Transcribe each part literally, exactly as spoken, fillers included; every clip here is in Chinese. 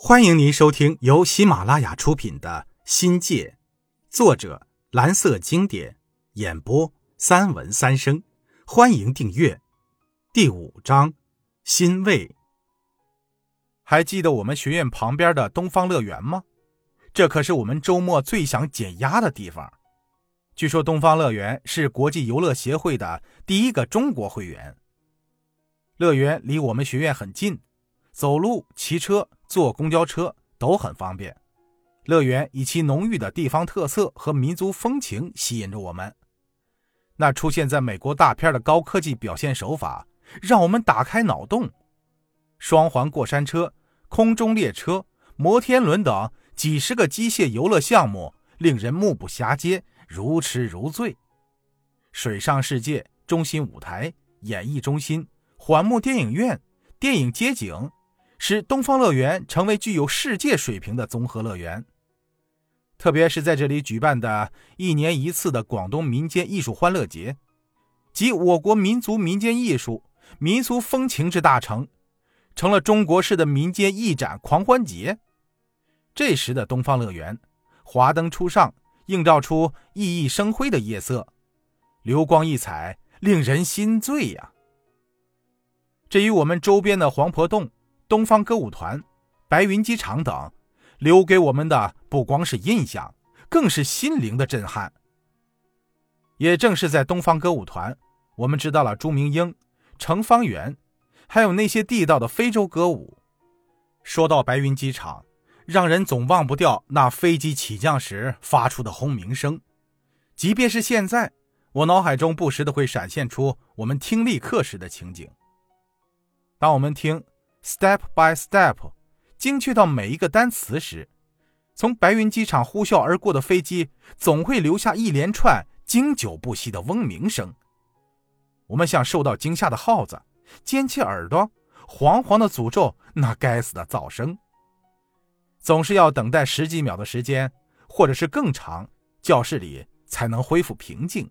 欢迎您收听由喜马拉雅出品的《新界》，作者蓝色经典，演播三文三生。欢迎订阅。第五章，欣慰。还记得我们学院旁边的东方乐园吗？这可是我们周末最想减压的地方。据说东方乐园是国际游乐协会的第一个中国会员。乐园离我们学院很近，走路、骑车、坐公交车都很方便。乐园以其浓郁的地方特色和民族风情吸引着我们。那出现在美国大片的高科技表现手法让我们打开脑洞。双环过山车、空中列车、摩天轮等几十个机械游乐项目令人目不暇接，如痴如醉。水上世界、中心舞台、演艺中心、环幕电影院、电影街景，使东方乐园成为具有世界水平的综合乐园。特别是在这里举办的一年一次的广东民间艺术欢乐节，即我国民族民间艺术、民俗风情之大成，成了中国式的民间艺展狂欢节。这时的东方乐园，华灯初上，映照出熠熠生辉的夜色，流光溢彩，令人心醉呀、啊。至于我们周边的黄婆洞、东方歌舞团、白云机场等，留给我们的不光是印象，更是心灵的震撼。也正是在东方歌舞团，我们知道了朱明英、程方圆，还有那些地道的非洲歌舞。说到白云机场，让人总忘不掉那飞机起降时发出的轰鸣声。即便是现在，我脑海中不时的会闪现出我们听力课时的情景。当我们听 step by step 精确到每一个单词时，从白云机场呼啸而过的飞机总会留下一连串经久不息的嗡鸣声。我们像受到惊吓的耗子，尖起耳朵，惶惶地诅咒那该死的噪声。总是要等待十几秒的时间，或者是更长，教室里才能恢复平静。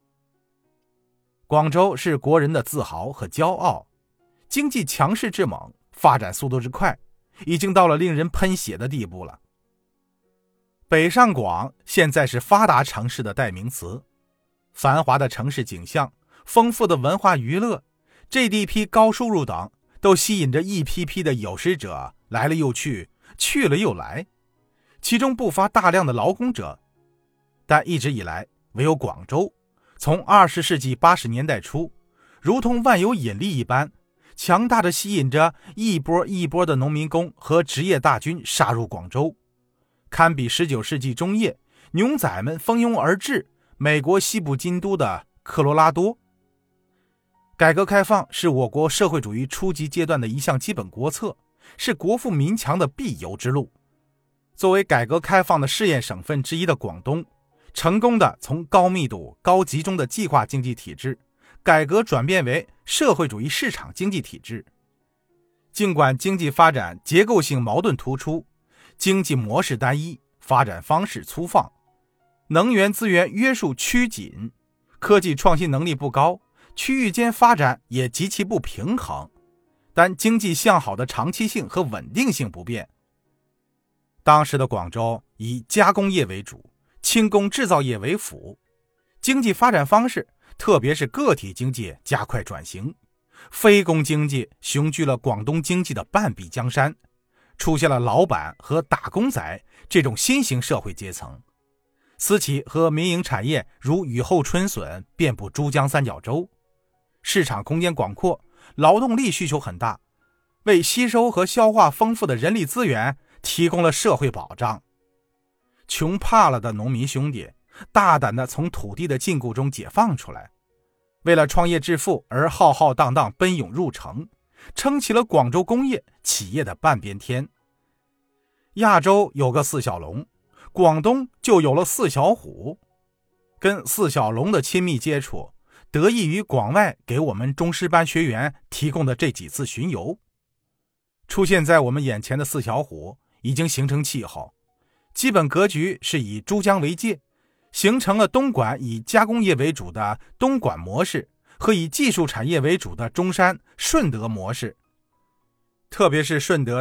广州是国人的自豪和骄傲，经济强势之猛，发展速度之快，已经到了令人喷血的地步了。北上广现在是发达城市的代名词，繁华的城市景象、丰富的文化娱乐、G D P 高收入等，都吸引着一批批的有识者来了又去，去了又来，其中不乏大量的劳工者。但一直以来，唯有广州，从二十世纪八十年代初，如同万有引力一般，强大地吸引着一波一波的农民工和职业大军杀入广州，堪比十九世纪中叶牛仔们蜂拥而至美国西部京都的科罗拉多。改革开放是我国社会主义初级阶段的一项基本国策，是国富民强的必由之路。作为改革开放的试验省份之一的广东，成功的从高密度、高集中的计划经济体制改革转变为社会主义市场经济体制。尽管经济发展结构性矛盾突出，经济模式单一，发展方式粗放，能源资源约束趋紧，科技创新能力不高，区域间发展也极其不平衡，但经济向好的长期性和稳定性不变。当时的广州以加工业为主，轻工制造业为辅，经济发展方式特别是个体经济加快转型，非工经济雄居了广东经济的半壁江山，出现了老板和打工仔这种新型社会阶层。私企和民营产业如雨后春笋，遍布珠江三角洲，市场空间广阔，劳动力需求很大，为吸收和消化丰富的人力资源提供了社会保障。穷怕了的农民兄弟大胆地从土地的禁锢中解放出来，为了创业致富而浩浩荡荡奔涌入城，撑起了广州工业企业的半边天。亚洲有个四小龙，广东就有了四小虎。跟四小龙的亲密接触，得益于广外给我们中师班学员提供的这几次巡游。出现在我们眼前的四小虎已经形成气候，基本格局是以珠江为界，形成了东莞以加工业为主的东莞模式和以技术产业为主的中山顺德模式。特别是顺德的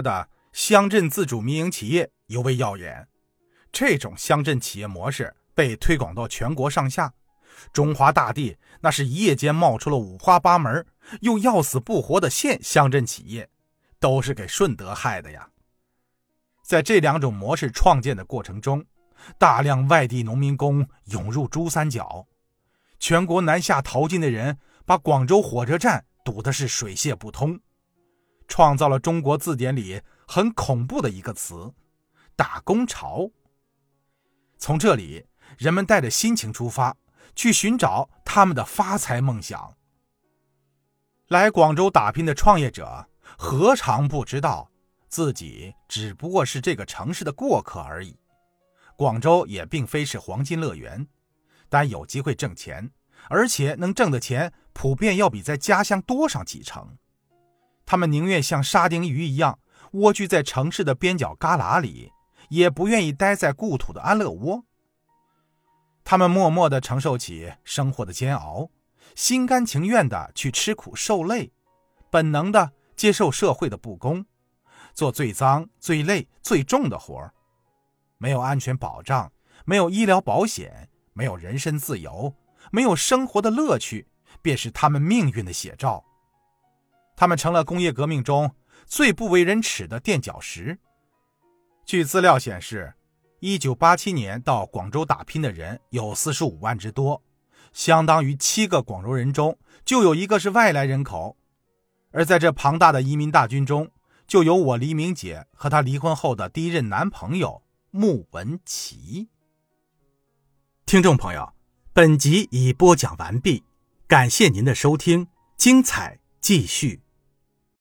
乡镇自主民营企业尤为耀眼。这种乡镇企业模式被推广到全国上下，中华大地那是一夜间冒出了五花八门又要死不活的县乡镇企业，都是给顺德害的呀。在这两种模式创建的过程中，大量外地农民工涌入珠三角，全国南下淘金的人把广州火车站堵的是水泄不通，创造了中国字典里很恐怖的一个词——打工潮。从这里，人们带着心情出发，去寻找他们的发财梦想。来广州打拼的创业者何尝不知道自己只不过是这个城市的过客而已。广州也并非是黄金乐园，但有机会挣钱，而且能挣的钱普遍要比在家乡多上几成。他们宁愿像沙丁鱼一样蜗居在城市的边角旮旯里，也不愿意待在故土的安乐窝。他们默默地承受起生活的煎熬，心甘情愿地去吃苦受累，本能地接受社会的不公，做最脏最累最重的活。没有安全保障，没有医疗保险，没有人身自由，没有生活的乐趣，便是他们命运的写照。他们成了工业革命中最不为人耻的垫脚石。据资料显示，一九八七年到广州打拼的人有四十五万之多，相当于七个广州人中就有一个是外来人口。而在这庞大的移民大军中，就有我黎明姐和她离婚后的第一任男朋友穆文琪。听众朋友，本集已播讲完毕，感谢您的收听，精彩继续。